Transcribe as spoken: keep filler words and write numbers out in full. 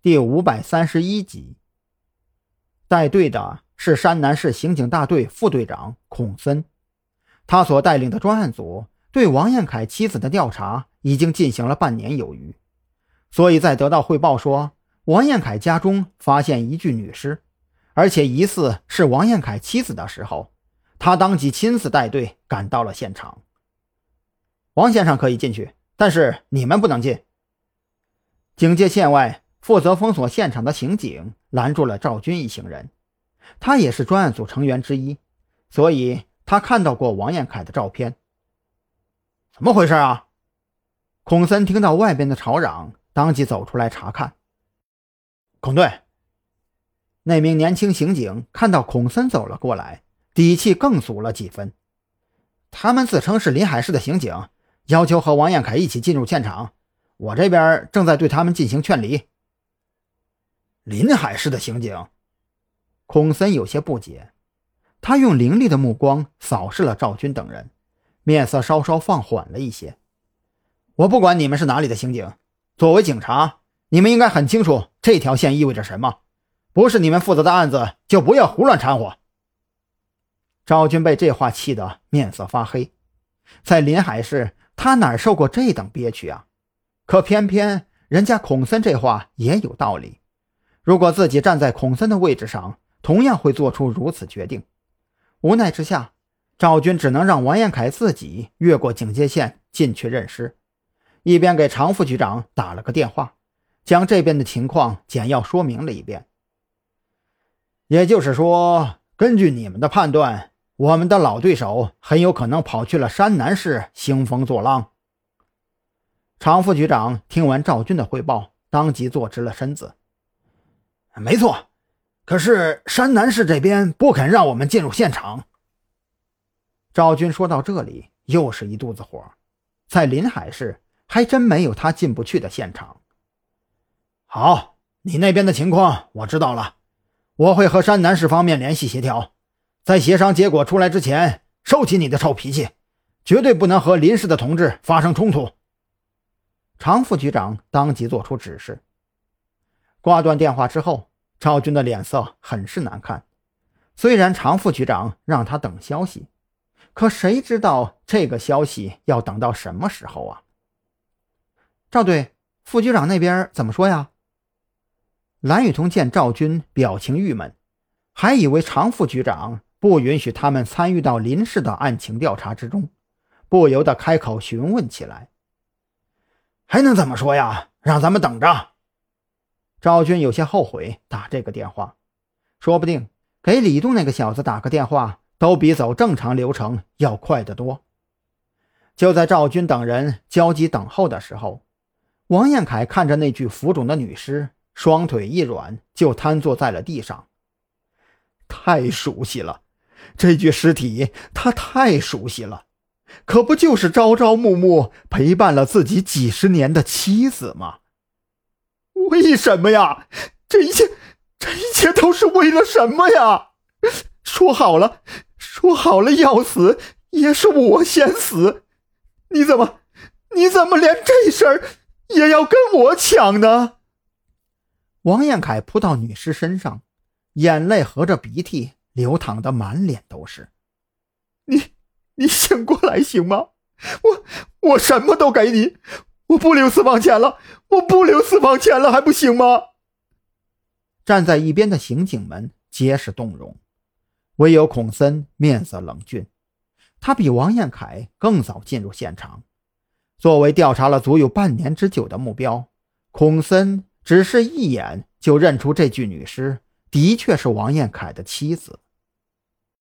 第五百三十一集。带队的是山南市刑警大队副队长孔森，他所带领的专案组对王彦凯妻子的调查已经进行了半年有余，所以在得到汇报说王彦凯家中发现一具女尸，而且疑似是王彦凯妻子的时候，他当即亲自带队赶到了现场。王先生可以进去，但是你们不能进。警界线外负责封锁现场的刑警拦住了赵军一行人，他也是专案组成员之一，所以他看到过王彦凯的照片。怎么回事啊？孔森听到外边的吵嚷，当即走出来查看。孔队，那名年轻刑警看到孔森走了过来，底气更足了几分。他们自称是临海市的刑警，要求和王彦凯一起进入现场，我这边正在对他们进行劝离。临海市的刑警？孔森有些不解，他用凌厉的目光扫视了赵军等人，面色稍稍放缓了一些。我不管你们是哪里的刑警，作为警察，你们应该很清楚这条线意味着什么，不是你们负责的案子就不要胡乱掺和。赵军被这话气得面色发黑，在临海市他哪受过这等憋屈啊？可偏偏人家孔森这话也有道理，如果自己站在孔森的位置上，同样会做出如此决定。无奈之下，赵军只能让王彦凯自己越过警戒线进去认尸，一边给常副局长打了个电话，将这边的情况简要说明了一遍。也就是说，根据你们的判断，我们的老对手很有可能跑去了山南市兴风作浪。常副局长听完赵军的汇报，当即坐直了身子。没错，可是山南市这边不肯让我们进入现场。赵军说到这里又是一肚子火，在临海市还真没有他进不去的现场。好，你那边的情况我知道了，我会和山南市方面联系协调，在协商结果出来之前收起你的臭脾气，绝对不能和临市的同志发生冲突。常副局长当即做出指示。挂断电话之后，赵军的脸色很是难看。虽然常副局长让他等消息，可谁知道这个消息要等到什么时候啊？赵队，副局长那边怎么说呀？蓝雨桐见赵军表情郁闷，还以为常副局长不允许他们参与到临市的案情调查之中，不由得开口询问起来。还能怎么说呀？让咱们等着。赵军有些后悔打这个电话，说不定给李栋那个小子打个电话都比走正常流程要快得多。就在赵军等人焦急等候的时候，王彦凯看着那具浮肿的女尸，双腿一软就瘫坐在了地上。太熟悉了，这具尸体他太熟悉了，可不就是朝朝暮暮陪伴了自己几十年的妻子吗？为什么呀？这一切这一切都是为了什么呀？说好了说好了要死也是我先死，你怎么你怎么连这事儿也要跟我抢呢？王彦凯扑到女尸身上，眼泪和着鼻涕流淌得满脸都是。你你醒过来行吗？我我什么都给你，我不留私房钱了，我不留私房钱了还不行吗？站在一边的刑警们皆是动容，唯有孔森面色冷峻，他比王彦凯更早进入现场。作为调查了足有半年之久的目标，孔森只是一眼就认出这具女尸的确是王彦凯的妻子。